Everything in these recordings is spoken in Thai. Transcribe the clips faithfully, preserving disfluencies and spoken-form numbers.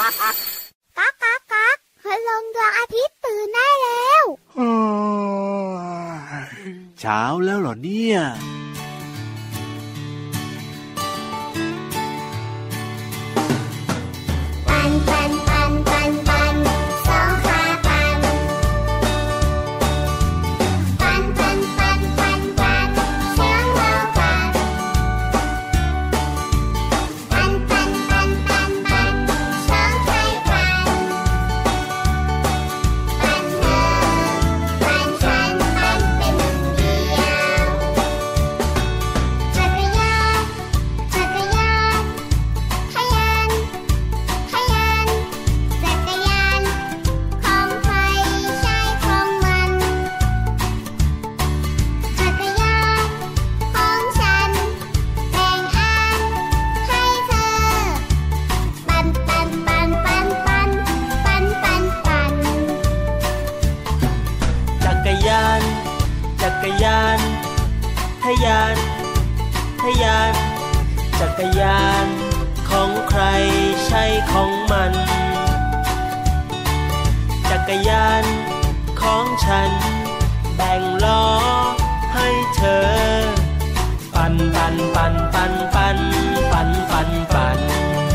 ก๊ากก๊ากก๊ากพลังดวงอาทิตย์ตื่นได้แล้วเช้าแล้วเหรอเนี่ยปันปันปันปันปันสองขาปันปันปันปันปันปันเสียงเราปันปันปันปันปันปันสองใจปันปันเธอปันฉันปันเป็นหนึ่งเดียวจักรยานจักรยานขยันขยันจักรยานของใครใช้ของมันจักรยานของฉันแบ่งอันให้เธอปันปันปันปันปันปันปันปันจักรยานจักรยานทะยานทะยานจักรยานของใครใช่ของมันจักรยานของฉันแบ่งล้อให้เธอปันปันปันปันปันปันปันปัน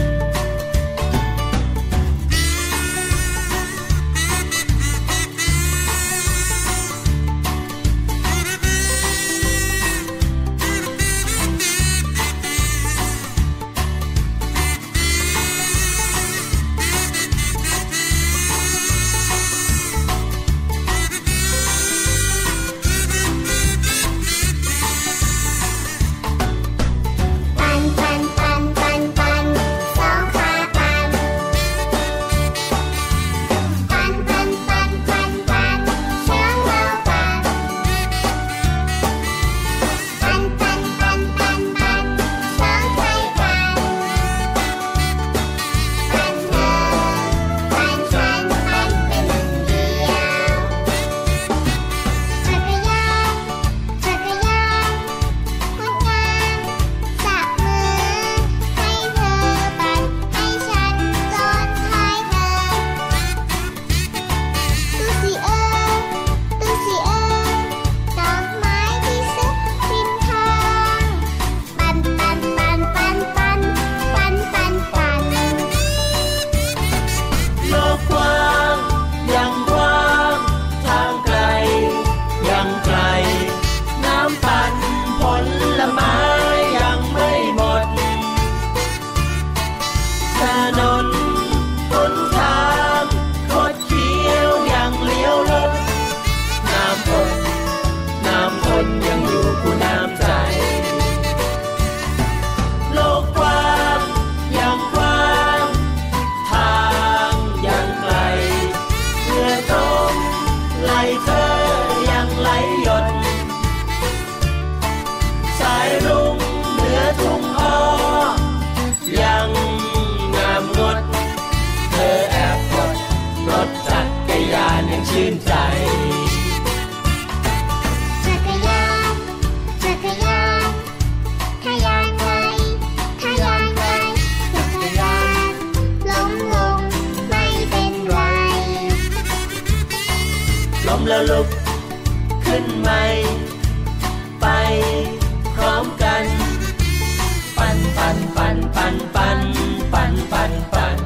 ปันปันปันปันปันสองขาปันปันปันปันปันปันเสียงเราปันปันปันปันปันปันสองใจปันปันเธอปันฉันปันเป็นหนึ่งเดียวจักรยานจักรยานงดงามจับมือให้เธอปันให้ฉันซ้อนท้ายเธอดูสิเออดูสิเออดอกไม้ที่สุดริมทางปันปันปันปันปันปันปันปันโลกกว้างยังกว้างทางไกลยังไกลน้ำปั่นผลไม้ยังไม่หมดถนนหนทางคดเคี้ยวยังเลี้ยวรถน้ำฝนน้ำฝนยังอยู่คู่น้ำใจโลกกว้างยังกว้างทางยังไกลเมื่อตกไหลเธอยังไหลหยดสายรุ้งเหนือทุ่งอ้อยังงามงดเธอแอบกดรถจักรยานยังชื่นใจจักรยานจักรยานขยันไงขยันไงจักรยานล้มลงไม่เป็นไรล้มแล้วลุกขึ้นใหม่ไปพร้อมกันปันปันปันปันปันปันปันปัน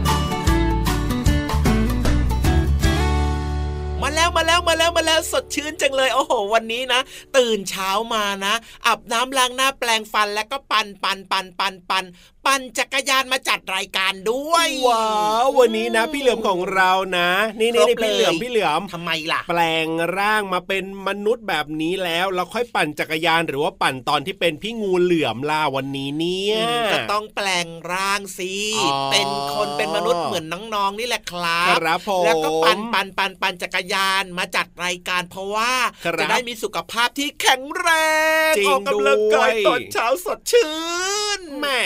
มาแล้วมาแล้วมาแล้วมาแล้วสดชื่นจังเลยโอ้โหวันนี้นะตื่นเช้ามานะอาบน้ำล้างหน้าแปรงฟันแล้วก็ปันปันปันปันปันปั่นจักรยานมาจัดรายการด้วยว้าววันนี้นะพี่เหลือมของเรานะนี่นี่พี่เหลือมพี่เหลือมทำไมล่ะแปลงร่างมาเป็นมนุษย์แบบนี้แล้วเราค่อยปั่นจักรยานหรือว่าปั่นตอนที่เป็นพี่งูเหลือมล่ะวันนี้เนี่ยก็ต้องแปลงร่างสิเป็นคนเป็นมนุษย์เหมือนน้องๆนี่แหละครับครับผมแล้วก็ปั่นปั่นปั่นปั่นจักรยานมาจัดรายการเพราะว่าจะได้มีสุขภาพที่แข็งแรงออกกำลังกายตอนเช้าสดชื่นแม่กำลัง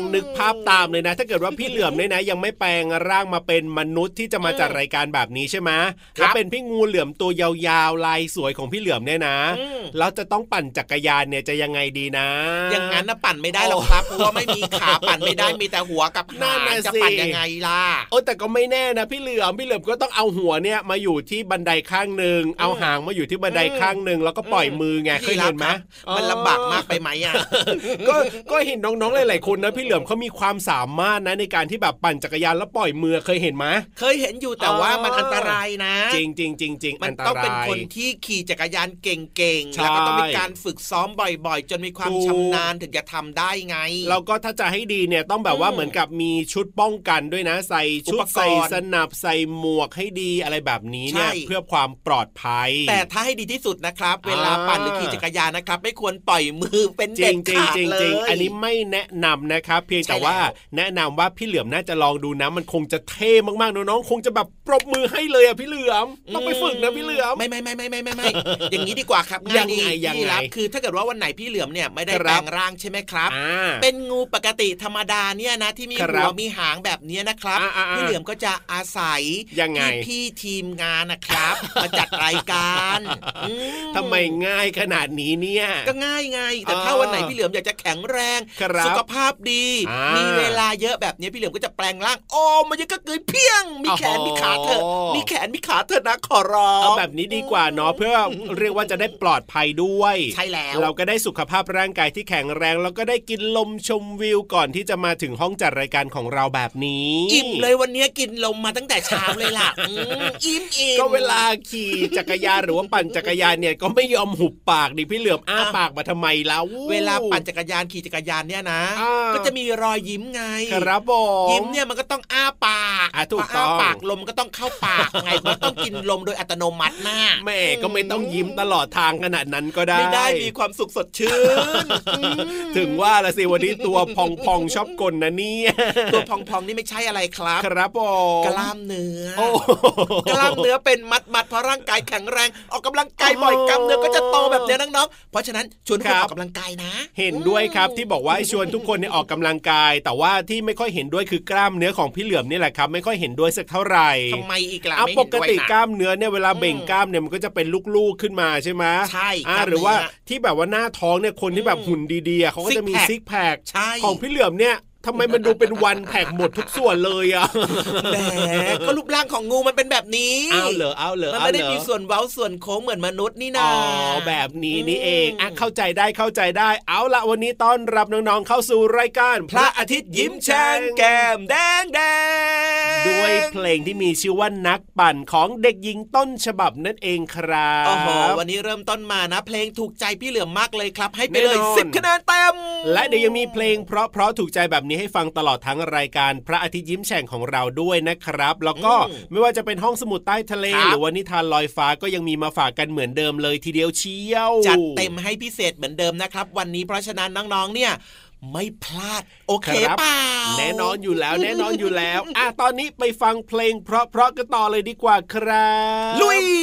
นึกภาพตามเลยนะถ้าเกิดว่าพี่เหลือมเนี่ยนะยังไม่แปลงร่างมาเป็นมนุษย์ที่จะมาจัดรายการแบบนี้ใช่ไหมแล้วเป็นพี่งูเหลือมตัวยาวๆลายสวยของพี่เหลือมเนี่ยนะแล้วจะต้องปั่นจักรยานเนี่ยจะยังไงดีนะอย่างนั้นนะปั่นไม่ได้หรอกครับเพราะว่าไม่มีขาปั่นไม่ได้มีแต่หัวกับหางจะปั่นยังไงล่ะโอ้แต่ก็ไม่แน่นะพี่เหลือมพี่เหลือมก็ต้องเอาหัวเนี่ยมาอยู่ที่บันไดข้างนึงเอาหางมาอยู่ที่บันไดข้างนึงแล้วก็ปล่อยมือไงเคยเห็นไหมมันลำบากมากไปไหมอ่ะก็ก็เห็นน้องๆหลายๆคนนะพี่เหลือมเขามีความสามารถนะในการที่แบบปั่นจักรยานแล้วปล่อยมือเคยเห็นไหมเคยเห็นอยู่แต่ว่ามันอันตรายนะจริงจริงจริงจริงมันต้องเป็นคนที่ขี่จักรยานเก่งๆแล้วก็ต้องมีการฝึกซ้อมบ่อยๆจนมีความชำนาญถึงจะทำได้ไงแล้วก็ถ้าจะให้ดีเนี่ยต้องแบบว่าเหมือนกับมีชุดป้องกันด้วยนะใส่ชุดใส่สนับใส่หมวกให้ดีอะไรแบบนี้เนี่ยเพื่อความปลอดภัยแต่ถ้าให้ดีที่สุดนะครับเวลาปั่นหรือขี่จักรยานนะครับไม่ควรปล่อยมือเป็นเด็ดขาดเลยอันนี้ไม่แนะนำนะครับเพียงแต่ว่าแนะนำว่าพี่เหลือมน่าจะลองดูนะมันคงจะเท่มากๆน้องๆคงจะแบบปรบมือให้เลยอ่ะพี่เหลือมต้องไปฝึกนะพี่เหลือมไม่ไม่ไม่ไม่ไม่ไม่ไม่อย่างนี้ดีกว่าครับง่ายดีพี่รับคือถ้าเกิดว่าวันไหนพี่เหลือมเนี่ยไม่ได้แปลงร่างใช่ไหมครับเป็นงูปกติธรรมดาเนี่ยนะที่มีหัวมีหางแบบนี้นะครับพี่เหลือมก็จะอาศัยพี่ทีมงานนะครับมาจัดรายการทำไมง่ายขนาดนี้เนี่ยก็ง่ายไงแต่ถ้าวันไหนพี่เหลือมอยากจะแข็งแรงสุขภาพดีมีเวลาเยอะแบบนี้พี่เหลือมก็จะแปลงร่างโอ้มันยังก็เกิดเพียงมีแขนมีขาเถอะมีแขนมีขาเถอะนะขอร้องเอาแบบนี้ดีกว่าเนาะเพื่อเรียกว่าจะได้ปลอดภัยด้วยใช่แล้วเราก็ได้สุขภาพร่างกายที่แข็งแรงแล้วก็ได้กินลมชมวิวก่อนที่จะมาถึงห้องจัดรายการของเราแบบนี้อิ่มเลยวันนี้กินลมมาตั้งแต่เช้าเลยล่ะอิ่มอิ่มก็เวลาขี่จักรยานหรือว่าปั่นจักรยานเนี่ยก็ไม่ยอมหุบปากดิพี่เหลือมอ้าปากมาทำไมแล้วเวลาปั่นจักรยานขี่จักรยานเนี่ยนะก็จะมีรอยยิ้มไงครับผมยิ้มเนี่ยมันก็ต้องอ้าปากถูกต้องอ้าปากลมก็ต้องเข้าปากไงมันต้องกินลมโดยอัตโนมัตินะแม่ก็ไม่ต้องยิ้มตลอดทางขนาดนั้นก็ได้ไม่ได้มีความสุขสดชื่นถึงว่าละสิวันนี้ตัวพองๆชอบกลนะนี่ตัวพองๆนี่ไม่ใช่อะไรครับครับผมกล้ามเนื้อกล้ามเนื้อเป็นมัดๆเพราะร่างกายแข็งแรงออกกำลังกายบ่อยกล้ามเนื้อก็จะโตแบบนี้น้องๆเพราะฉะนั้นชวนทุกคนออกกำลังกายนะเห็นด้วยครับที่บอกว่าชวนทุกคนเนี่ยออกกำลังกายแต่ว่าที่ไม่ค่อยเห็นด้วยคือกล้ามเนื้อของพี่เหลือมนี่แหละครับไม่ค่อยเห็นด้วยสักเท่าไหร่ทำไมอีกล่ะปกติกล้ามเนื้อเนี่ยเวลาเบ่งกล้ามเนี่ยมันก็จะเป็นลูกๆขึ้นมาใช่ไหมใช่หรือว่าที่แบบว่าหน้าท้องเนี่ยคนที่แบบหุ่นดีๆเขาก็จะมีซิกแพคของพี่เหลือมเนี่ยทำไมมันดูเป็นวันแผกหมดทุกส่วนเลยอ่ะแหมก็รูปร่างของงูมันเป็นแบบนี้เอาเหรอเอาเหรอมันไม่ได้มีส่วนเว้าส่วนโค้งเหมือนมนุษย์นี่นาอ๋อแบบนี้นี่เองอ่ะเข้าใจได้เข้าใจได้เอาละวันนี้ต้อนรับน้องๆเข้าสู่รายการพระอาทิตย์ยิ้มแฉ่งแก้มแดงแดงด้วยเพลงที่มีชื่อว่านักปั่นของเด็กหญิงต้นฉบับนั่นเองครับโอ้โหวันนี้เริ่มต้นมานะเพลงถูกใจพี่เหลือมมากเลยครับให้ไปเลยสิบคะแนนเต็มและเดี๋ยวยังมีเพลงเพราะๆถูกใจแบบนี้ให้ฟังตลอดทั้งรายการพระอาทิตย์ยิ้มแฉ่งของเราด้วยนะครับแล้วก็ไม่ว่าจะเป็นห้องสมุดใต้ทะเลหรือว่านิทานลอยฟ้าก็ยังมีมาฝากกันเหมือนเดิมเลยทีเดียวเชียวจัดเต็มให้พิเศษเหมือนเดิมนะครับวันนี้เพราะฉะนั้นน้องๆเนี่ยไม่พลาดโอเคป่ะแน่นอนอยู่แล้วแน่นอนอยู่แล้วอ่ะตอนนี้ไปฟังเพลงเพราะๆกันต่อเลยดีกว่าครับลุย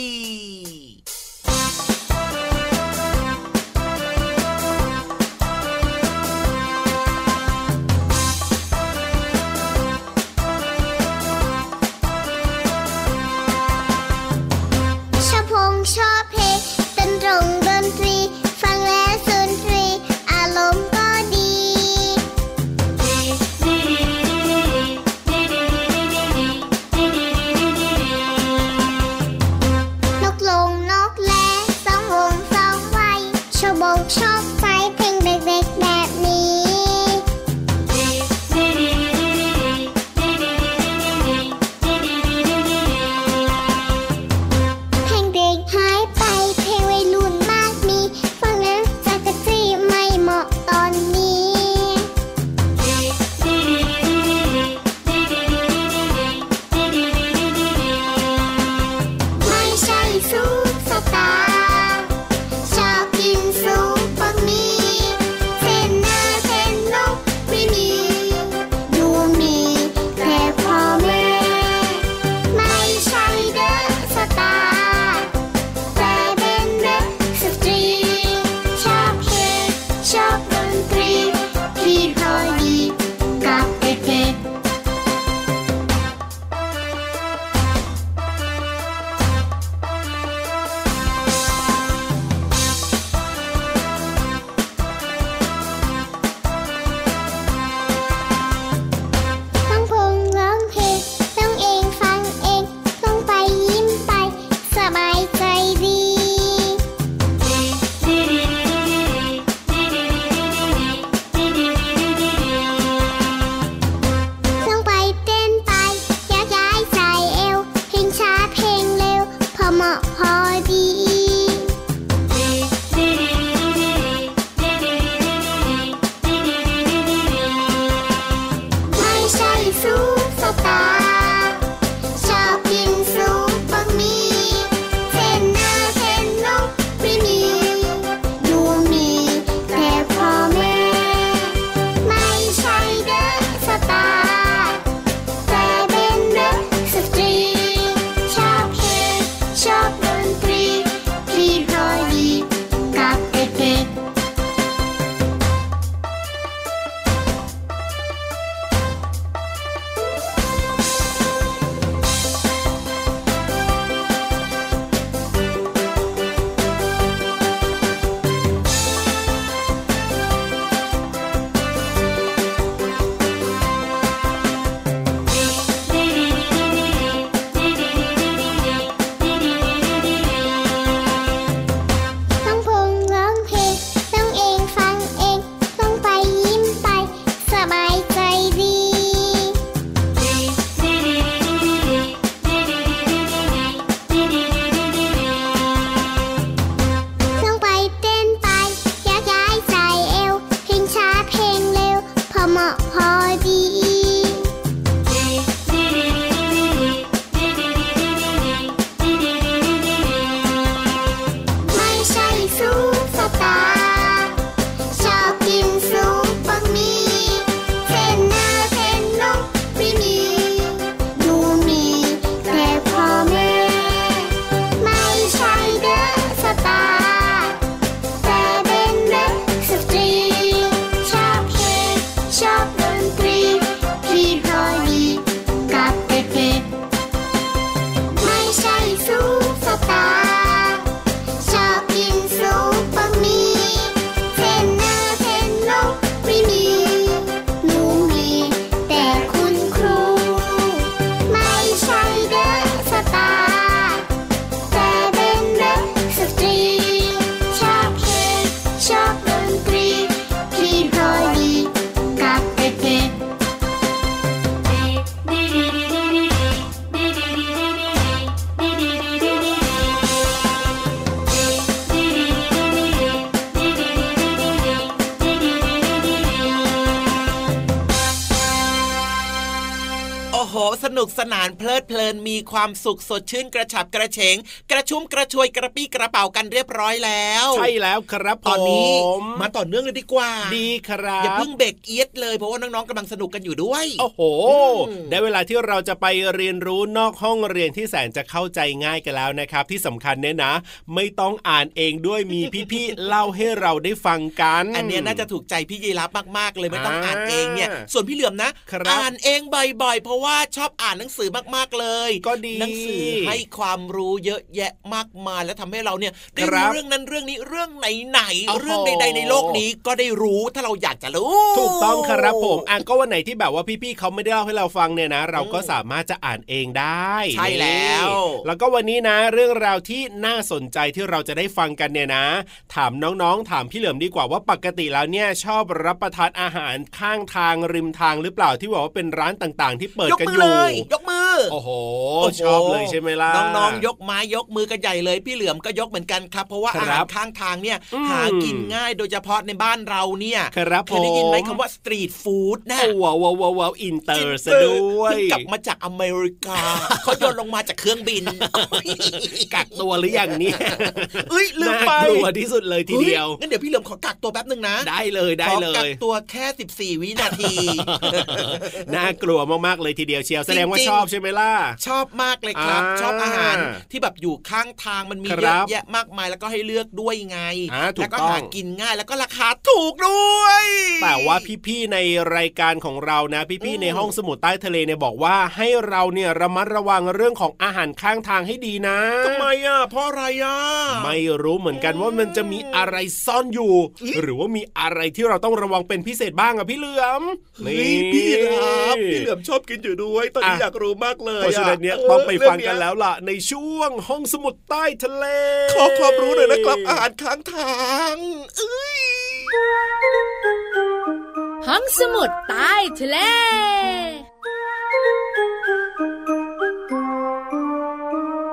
ชอบเพลงเต้นตรงดนตรีฟังแล้วสุนทรีอารมณ์ก็ดีตาชอบกินซุปบะหมี่เส้นหน้าเส้นนกไม่มีดูมีแต่พ่อแม่ไม่ใช่เดอะสตาร์แต่เป็นเดอะสตรีชอบเพลงชอบดนตรีพี่พอดีกับเด็กๆสนุกสนานเพลิดเพลินมีความสุขสดชื่นกระฉับกระเฉงกระชุ่มกระชวยกระปี้กระเป๋ากันเรียบร้อยแล้วใช่แล้วครับตอนนี้มาต่อเนื่องเลยดีกว่าดีครับอย่าเพิ่งเบรกเอียดเลยเพราะว่าน้องๆกำลังสนุกกันอยู่ด้วยโอ้โหได้เวลาที่เราจะไปเรียนรู้นอกห้องเรียนที่แสนจะเข้าใจง่ายกันแล้วนะครับที่สำคัญเนี่ยนะไม่ต้องอ่านเองด้วยมีพี่ๆเล่าให้เราได้ฟังกันอันนี้น่าจะถูกใจพี่ยีรับมากๆเลยไม่ต้องอ่านเองเนี่ยส่วนพี่เหลือมนะอ่านเองบ่อยๆเพราะว่าชอบอ่านหนังสือมากๆเลยก็ดีหนังสือให้ความรู้เยอะแยะมากมายแล้วทำให้เราเนี่ยได้รู้เรื่องนั้นเรื่องนี้เรื่องไหนๆเรื่องใดๆในโลกนี้ก็ได้รู้ถ้าเราอยากจะรู้ถูกต้องครับผมอ่ะก็วันไหนที่แบบว่าพี่ๆเขาไม่ได้เล่าให้เราฟังเนี่ยนะเราก็สามารถจะอ่านเองได้ใช่แล้วแล้วก็วันนี้นะเรื่องราวที่น่าสนใจที่เราจะได้ฟังกันเนี่ยนะถามน้องๆถามพี่เหลือมดีกว่าว่าปกติแล้วเนี่ยชอบรับประทานอาหารข้างทางริมทางหรือเปล่าที่บอกว่าเป็นร้านต่างๆที่เปิดกันอยู่ยกมือโอ้โหชอบเลยใช่ไหมล่ะน้องๆยกไม้ยกมือกันใหญ่เลยพี่เหลือมก็ยกเหมือนกันครับเพราะว่าอาหารข้างทางเนี่ยหากินง่ายโดยเฉพาะในบ้านเราเนี่ยเคยได้ยินไหมคำว่าสตรีทฟู้ดนะว้าวว้าวว้าวอินเตอร์ซะด้วยกลับมาจากอเมริกาเขาโยนลงมาจากเครื่องบินกักตัวหรือยังเนี่ยเอ้ยลืมไปกลัวที่สุดเลยทีเดียวงั้นเดี๋ยวพี่เหลือมขอกักตัวแป๊บนึงนะได้เลยได้เลยขอกักตัวแค่สิบสี่วินาทีน่ากลัวมากๆเลยทีเดียวเชียวแสดงว่าชอบใช่ไหมล่ะชอบมากเลยครับชอบอาหารที่แบบอยู่ข้างทางมันมีเยอะแยะมากมายแล้วก็ให้เลือกด้วยไงแล้วก็หากินง่ายแล้วก็ราคาถูกด้วยแต่ว่าพี่ๆในรายการของเรานะพี่ๆในห้องสมุดใต้ทะเลเนี่ยบอกว่าให้เราเนี่ยระมัดระวังเรื่องของอาหารข้างทางให้ดีนะทำไมอ่ะเพราะอะไรอ่ะไม่รู้เหมือนกันว่ามันจะมีอะไรซ่อนอยู่หรือว่ามีอะไรที่เราต้องระวังเป็นพิเศษบ้างอ่ะพี่เหลือมนี่พี่รับพี่เหลือมชอบกินอยู่ด้วยตอนนี้อยากรู้มากเลยเพราะฉะนั้นเนี่ยต้องไปฟังกันแล้วล่ะในช่วงห้องสมุดใต้ทะเลขอความรู้หน่อยนะครับอาหารข้างทางเอ้ยห้องสมุดใต้ทะเลส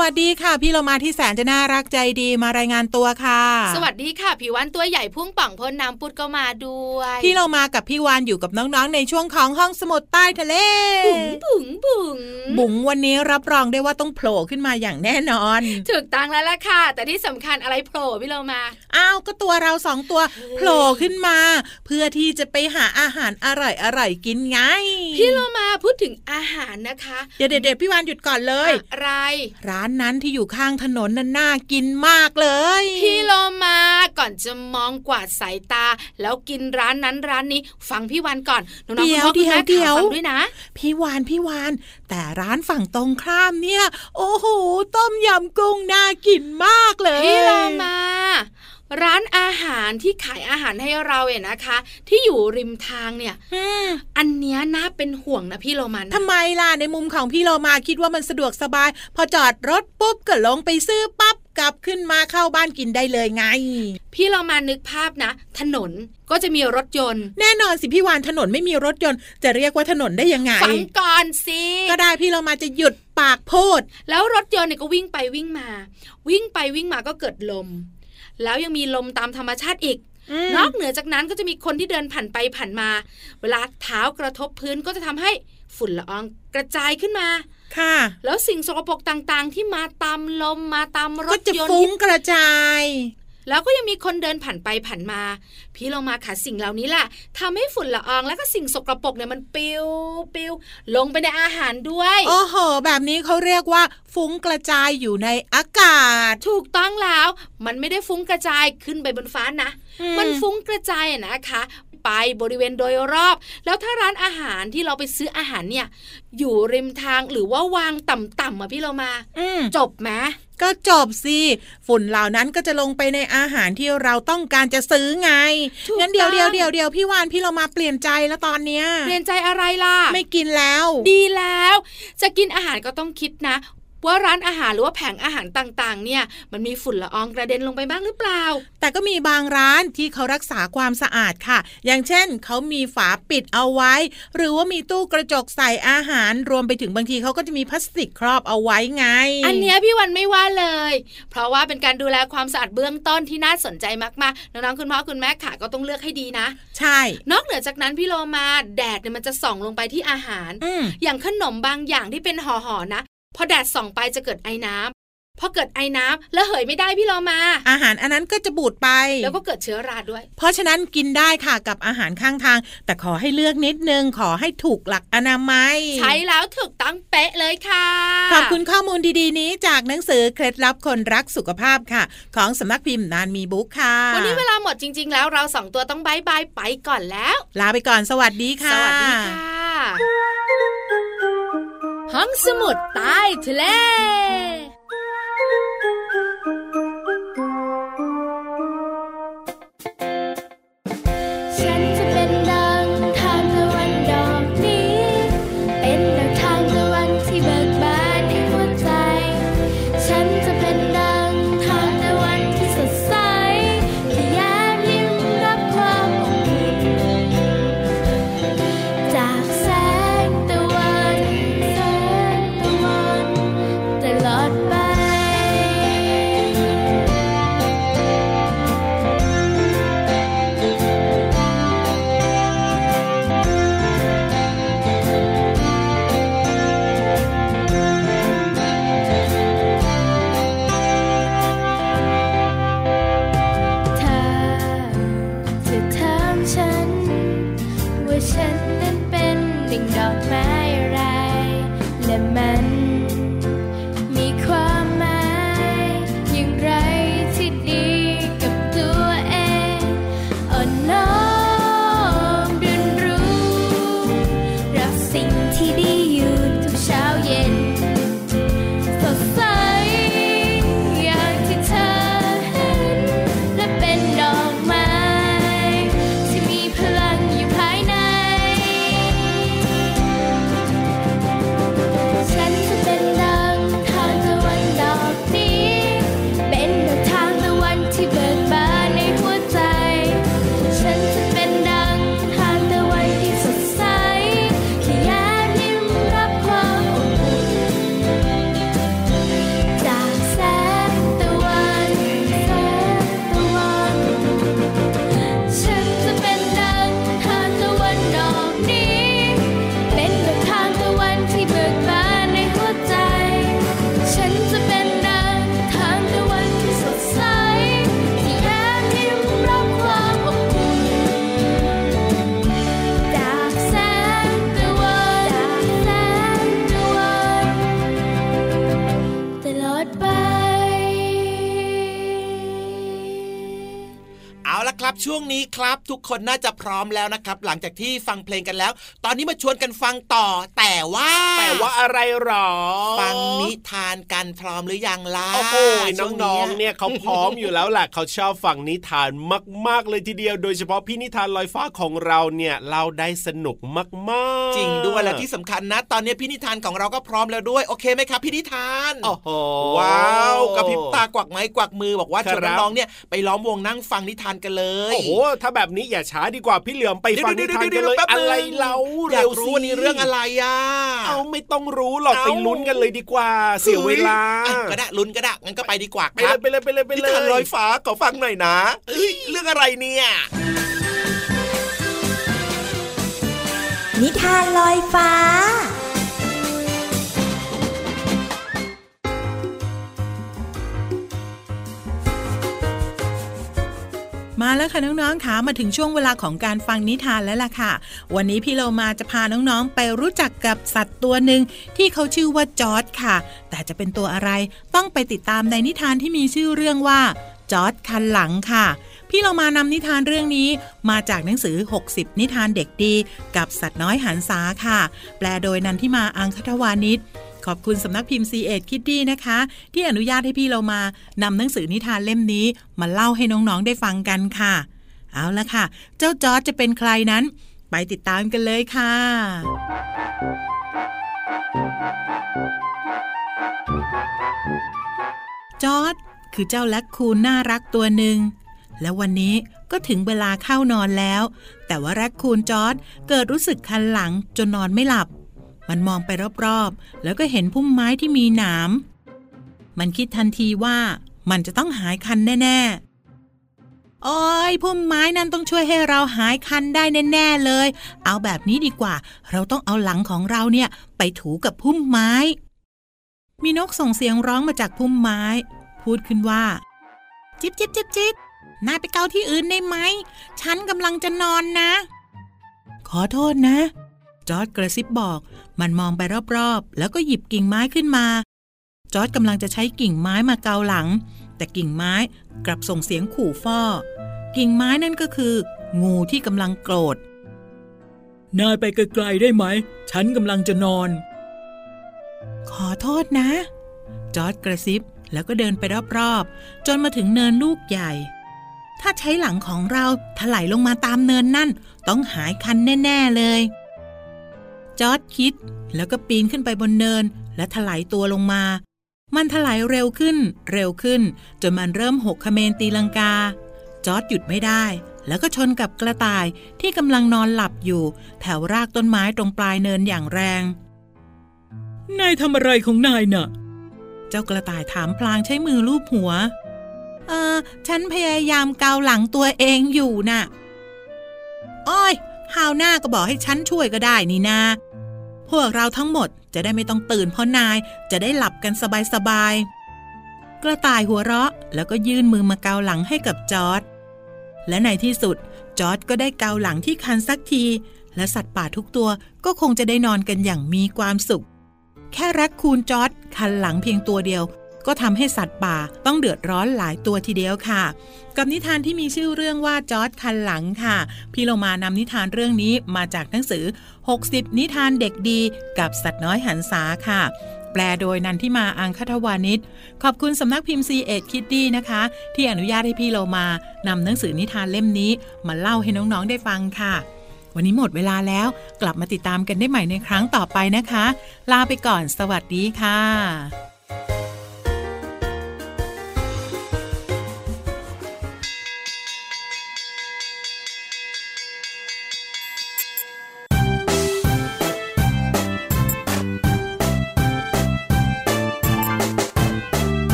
วัสดีค่ะพี่เรามาที่แสนจะน่ารักใจดีมารายงานตัวค่ะสวัสดีค่ะพี่วันตัวใหญ่พุ่งป่องพ้นน้ำปุดก็มาด้วยพี่เรามากับพี่วานอยู่กับน้องๆในช่วงของห้องสมุดใต้ทะเลบุ๋งบุ๋งบุ๋งบุ๋งวันนี้รับรองได้ว่าต้องโผล่ขึ้นมาอย่างแน่นอนถูกต้องแล้วล่ะค่ะแต่ที่สำคัญอะไรโผล่พี่เรามาอ้าวก็ตัวเราสองตัวโผล่ขึ้นมาเพื่อที่จะไปหาอาหารอร่อยๆกินไงพี่เรามาพูดถึงอาหารนะคะเดี๋ยวเดี๋ยวพี่วานหยุดก่อนเลยอะไรร้านนั้นที่อยู่ข้างถนนนั้นน่ากินมากเลยพี่เรามาก่อนจะมองกวาดสายตาแล้วกินร้านนั้นร้านนี้ฟังพี่วานก่อนน้องๆคุณพ่อคุณแม่ขาฟังด้วยนะพี่วานพี่วานแต่ร้านฝั่งตรงข้ามเนี่ยโอ้โหต้มยำกุ้งน่ากินมากเลยพี่เรามาร้านอาหารที่ขายอาหารให้เราเนี่ยนะคะที่อยู่ริมทางเนี่ยอันเนี้ยน่าเป็นห่วงนะพี่โลมาทำไมล่ะในมุมของพี่โลมาคิดว่ามันสะดวกสบายพอจอดรถปุ๊บก็ลงไปซื้อปั๊บกลับขึ้นมาเข้าบ้านกินได้เลยไงพี่โลมานึกภาพนะถนนก็จะมีรถยนต์แน่นอนสิพี่วานถนนไม่มีรถยนต์จะเรียกว่าถนนได้ยังไงฟังก่อนสิก็ได้พี่โลมาจะหยุดปากพูดแล้วรถยนต์เนี่ยก็วิ่งไปวิ่งมาวิ่งไปวิ่งมาก็เกิดลมแล้วยังมีลมตามธรรมชาติอีกนอกเหนือจากนั้นก็จะมีคนที่เดินผ่านไปผ่านมาเวลาเท้ากระทบพื้นก็จะทำให้ฝุ่นละอองกระจายขึ้นมาค่ะแล้วสิ่งสกปรกต่างๆที่มาตามลมมาตามรถยนต์ก็จะฟุ้งกระจายแล้วก็ยังมีคนเดินผ่านไปผ่านมาพี่เรามาค่ะสิ่งเหล่านี้แหละทำให้ฝุ่นละอองแล้วก็สิ่งสกปรกเนี่ยมันปิวปิวลงไปในอาหารด้วยโอ้โหแบบนี้เขาเรียกว่าฟุ้งกระจายอยู่ในอากาศถูกต้องแล้วมันไม่ได้ฟุ้งกระจายขึ้นไปบนฟ้านะมันฟุ้งกระจายนะคะไปบริเวณโดยรอบแล้วถ้าร้านอาหารที่เราไปซื้ออาหารเนี่ยอยู่ริมทางหรือว่าวางต่ำๆอ่ะพี่เรามาจบไหมก็จบสิฝุ่นเหล่านั้นก็จะลงไปในอาหารที่เราต้องการจะซื้อไงงั้นเดี๋ยวเดี๋ยวเดี๋ยวเดี๋ยวพี่วานพี่เรามาเปลี่ยนใจแล้วตอนเนี้ยเปลี่ยนใจอะไรล่ะไม่กินแล้วดีแล้วจะกินอาหารก็ต้องคิดนะว่าร้านอาหารหรือว่าแผงอาหารต่างๆเนี่ยมันมีฝุ่นละอองกระเด็นลงไปบ้างหรือเปล่าแต่ก็มีบางร้านที่เขารักษาความสะอาดค่ะอย่างเช่นเขามีฝาปิดเอาไว้หรือว่ามีตู้กระจกใส่อาหารรวมไปถึงบางทีเขาก็จะมีพลาสติกครอบเอาไว้ไงอันเนี้ยพี่วันไม่ว่าเลยเพราะว่าเป็นการดูแลความสะอาดเบื้องต้นที่น่าสนใจมากๆน้องๆคุณพ่อคุณแม่ค่ะก็ต้องเลือกให้ดีนะใช่นอกเหนือจากนั้นพี่โลมาแดดเนี่ยมันจะส่องลงไปที่อาหาร อ, อย่างขนมบางอย่างที่เป็นห่อๆนะพอแดดส่องไปจะเกิดไอน้ำพอเกิดไอน้ำแล้วเหยไม่ได้พี่เรามาอาหารอันนั้นก็จะบูดไปแล้วก็เกิดเชื้อราด้วยเพราะฉะนั้นกินได้ค่ะกับอาหารข้างทางแต่ขอให้เลือกนิดนึงขอให้ถูกหลักอนามัยใช่แล้วถูกต้องเป๊ะเลยค่ะขอบคุณข้อมูลดีๆนี้จากหนังสือเคล็ดลับคนรักสุขภาพค่ะของสำนักพิมพ์นานมีบุ๊กค่ะวันนี้เวลาหมดจริงๆแล้วเราสองตัวต้องบายบายไปก่อนแล้วลาไปก่อนสวัสดีค่ะสวัสดีค่ะห้องสมุดใต้ทะเลฉันจะเป็นดังทางตะวันดอกนี้เป็นดังทางตะวันที่เบิกบานในหัวใจฉันจะเป็นดังทางตะวันที่สดใสที่แย้มยิ้มรับความอบอุ่นจากแสงตะวันแสงตะวันตลอดไปฉันนั้นเป็นดิ่งดอกไม้อะไรและมันมีความหมายอย่างไรที่ดีกับตัวเองอ่อนน้อมเรียนรู้รับสิ่งที่ดีอยู่ทุกเช้าเย็นสดใสอย่างที่เธอเห็นและเป็นดอกไม้ที่มีพลังอยู่ภายในฉันจะเป็นดังทางตะวันดอกนี้เป็นดังทางตะวันที่เบิกบานในหัวใจฉันจะเป็นดังทางตะวันที่สดใสที่แย้มยิ้มครับช่วงนี้ครับทุกคนน่าจะพร้อมแล้วนะครับหลังจากที่ฟังเพลงกันแล้วตอนนี้มาชวนกันฟังต่อแต่ว่าแต่ว่าอะไรหรอฟังนิทานกันพร้อมหรือยังล่ะโอ้โหน้องๆเนี่ยเขาพร้อมอยู่แล้วแหละเขาชอบฟังนิทานมากๆเลยทีเดียวโดยเฉพาะพี่นิทานลอยฟ้าของเราเนี่ยเราได้สนุกมากๆจริงด้วยและที่สำคัญนะตอนนี้พี่นิทานของเราก็พร้อมแล้วด้วยโอเคไหมครับพี่นิทานโอ้โหว้าวกระพริบตากวักไม้กวักมือบอกว่าชวนน้องๆเนี่ยไปล้อมวงนั่งฟังนิทานกันเลยโอ้โหถ้าแบบนี้อย่าช้าดีกว่าพี่เหลือมไปฟังนิทานกันเลยอะไรเล่าเร็วสิวันนี้เรื่องอะไรอ่ะเอาไม่ต้องรู้หรอกไปลุ้นกันเลยดีกว่าเสียเวลาก็ได้ลุ้นก็ได้งั้นก็ไปดีกว่าครับไปเลยไปเลยไปเลยนิทานลอยฟ้าขอฟังหน่อยนะเอ้ยเรื่องอะไรเนี่ยนิทานลอยฟ้ามาแล้วค่ะน้องๆค่ะมาถึงช่วงเวลาของการฟังนิทานแล้วล่ะค่ะวันนี้พี่เรามาจะพาน้องๆไปรู้จักกับสัตว์ตัวหนึ่งที่เขาชื่อว่าจอร์จค่ะแต่จะเป็นตัวอะไรต้องไปติดตามในนิทานที่มีชื่อเรื่องว่าจอร์จคันหลังค่ะพี่เรามานำนิทานเรื่องนี้มาจากหนังสือหกสิบนิทานเด็กดีกับสัตว์น้อยหันษาค่ะแปลโดยนันทิมาอังคทวานิชขอบคุณสำนักพิมพ์ ซี เอ็ด Kiddie นะคะที่อนุญาตให้พี่เรามานำหนังสือนิทานเล่มนี้มาเล่าให้น้องๆได้ฟังกันค่ะเอาละค่ะเจ้าจอร์จจะเป็นใครนั้นไปติดตามกันเลยค่ะจอร์จคือเจ้าแรคคูนน่ารักตัวหนึ่งและวันนี้ก็ถึงเวลาเข้านอนแล้วแต่ว่าแรคคูนจอร์จเกิดรู้สึกคันหลังจนนอนไม่หลับมันมองไปรอบๆแล้วก็เห็นพุ่มไม้ที่มีหนามมันคิดทันทีว่ามันจะต้องหายคันแน่ๆโอ้ยพุ่มไม้นั้นต้องช่วยให้เราหายคันได้แน่ๆเลยเอาแบบนี้ดีกว่าเราต้องเอาหลังของเราเนี่ยไปถูกับพุ่มไม้มีนกส่งเสียงร้องมาจากพุ่มไม้พูดขึ้นว่าจิ๊บจิ๊บจิ๊บจิ๊บนายไปเกาที่อื่นได้ไหมฉันกำลังจะนอนนะขอโทษนะจอร์จกระซิบบอกมันมองไปรอบๆแล้วก็หยิบกิ่งไม้ขึ้นมาจอร์จกำลังจะใช้กิ่งไม้มาเกาหลังแต่กิ่งไม้กลับส่งเสียงขู่ฟ้อกิ่งไม้นั่นก็คืองูที่กำลังโกรธนายไปไกลๆได้ไหมฉันกำลังจะนอนขอโทษนะจอร์จกระซิบแล้วก็เดินไปรอบๆจนมาถึงเนินลูกใหญ่ถ้าใช้หลังของเราถลายลงมาตามเนินนั่นต้องหายคันแน่ๆเลยจอร์จคิดแล้วก็ปีนขึ้นไปบนเนินและถลายตัวลงมามันถลายเร็วขึ้นเร็วขึ้นจนมันเริ่มหกเขมรตีลังกาจอร์จหยุดไม่ได้แล้วก็ชนกับกระต่ายที่กำลังนอนหลับอยู่แถวรากต้นไม้ตรงปลายเนินอย่างแรงนายทำอะไรของนายน่ะเจ้ากระต่ายถามพลางใช้มือลูบหัวเออฉันพยายามเกาหลังตัวเองอยู่น่ะอ้อยคราวหน้าก็บอกให้ฉันช่วยก็ได้นี่นาพวกเราทั้งหมดจะได้ไม่ต้องตื่นเพราะนายจะได้หลับกันสบายๆกระต่ายหัวเราะแล้วก็ยื่นมือมาเกาหลังให้กับจอร์จและในที่สุดจอร์จก็ได้เกาหลังที่คันสักทีและสัตว์ป่าทุกตัวก็คงจะได้นอนกันอย่างมีความสุขแค่แรคคูนจอร์จคันหลังเพียงตัวเดียวก็ทำให้สัตว์ป่าต้องเดือดร้อนหลายตัวทีเดียวค่ะกับนิทานที่มีชื่อเรื่องว่าจอร์จคันหลังค่ะพี่เรามานำนิทานเรื่องนี้มาจากหนังสือหกสิบนิทานเด็กดีกับสัตว์น้อยหันษาค่ะแปลโดยนันทิมาอังคทวานิชขอบคุณสำนักพิมพ์ ซี เอ็ด Kiddie นะคะที่อนุญาตให้พี่เรามานำหนังสือนิทานเล่มนี้มาเล่าให้น้องๆได้ฟังค่ะวันนี้หมดเวลาแล้วกลับมาติดตามกันได้ใหม่ในครั้งต่อไปนะคะลาไปก่อนสวัสดีค่ะ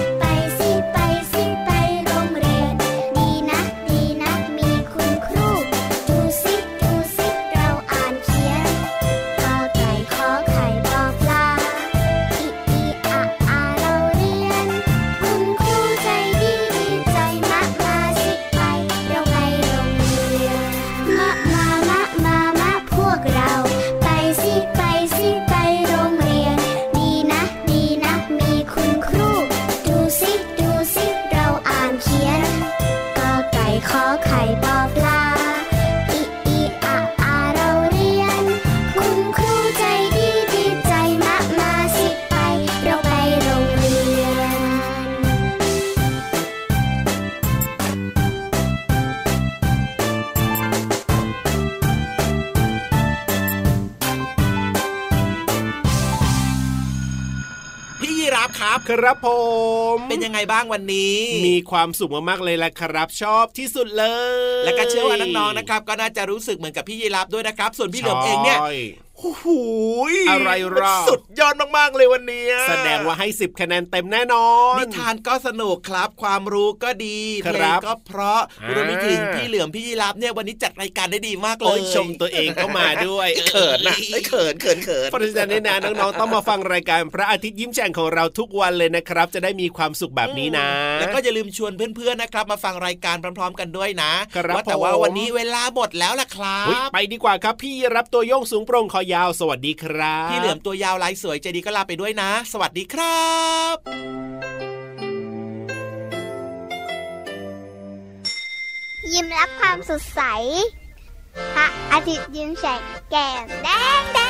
ครูครับผมเป็นยังไงบ้างวันนี้มีความสุขมากๆเลยแหละครับชอบที่สุดเลยและก็เชื่อว่าน้องๆนะครับก็น่าจะรู้สึกเหมือนกับพี่ยีรับด้วยนะครับส่วนพี่เหลือมเองเนี่ยโอ้โหอะไรรอสุดยอดมากๆเลยวันนี้แสดงว่าให้สิบคะแนนเต็มแน่นอนนิทานก็สนุกครับความรู้ก็ดีเพลงก็เพราะรวมไปถึงพี่เหลือมพี่ยีรับเนี่ยวันนี้จัดรายการได้ดีมากเลยชมตัวเองก็มาด้วยเขินนะเขินเขินเขินเพราะฉะนั้นเนี่ยน้องๆต้องมาฟังรายการพระอาทิตย์ยิ้มแฉ่งของเราทุกวันเลยนะครับจะได้มีความสุขแบบนี้นะแล้วก็อย่าลืมชวนเพื่อนๆนะครับมาฟังรายการพร้อมๆกันด้วยนะว่าแต่ว่าวันนี้เวลาหมดแล้วล่ะครับไปดีกว่าครับพี่รับตัวโยงสูงโปร่งคอยาวสวัสดีครับพี่เหลือมตัวยาวลายสวยใจดีก็ลาไปด้วยนะสวัสดีครับยิ้มรับความสดใสพระอาทิตย์ยิ้มแฉกแก้มแดง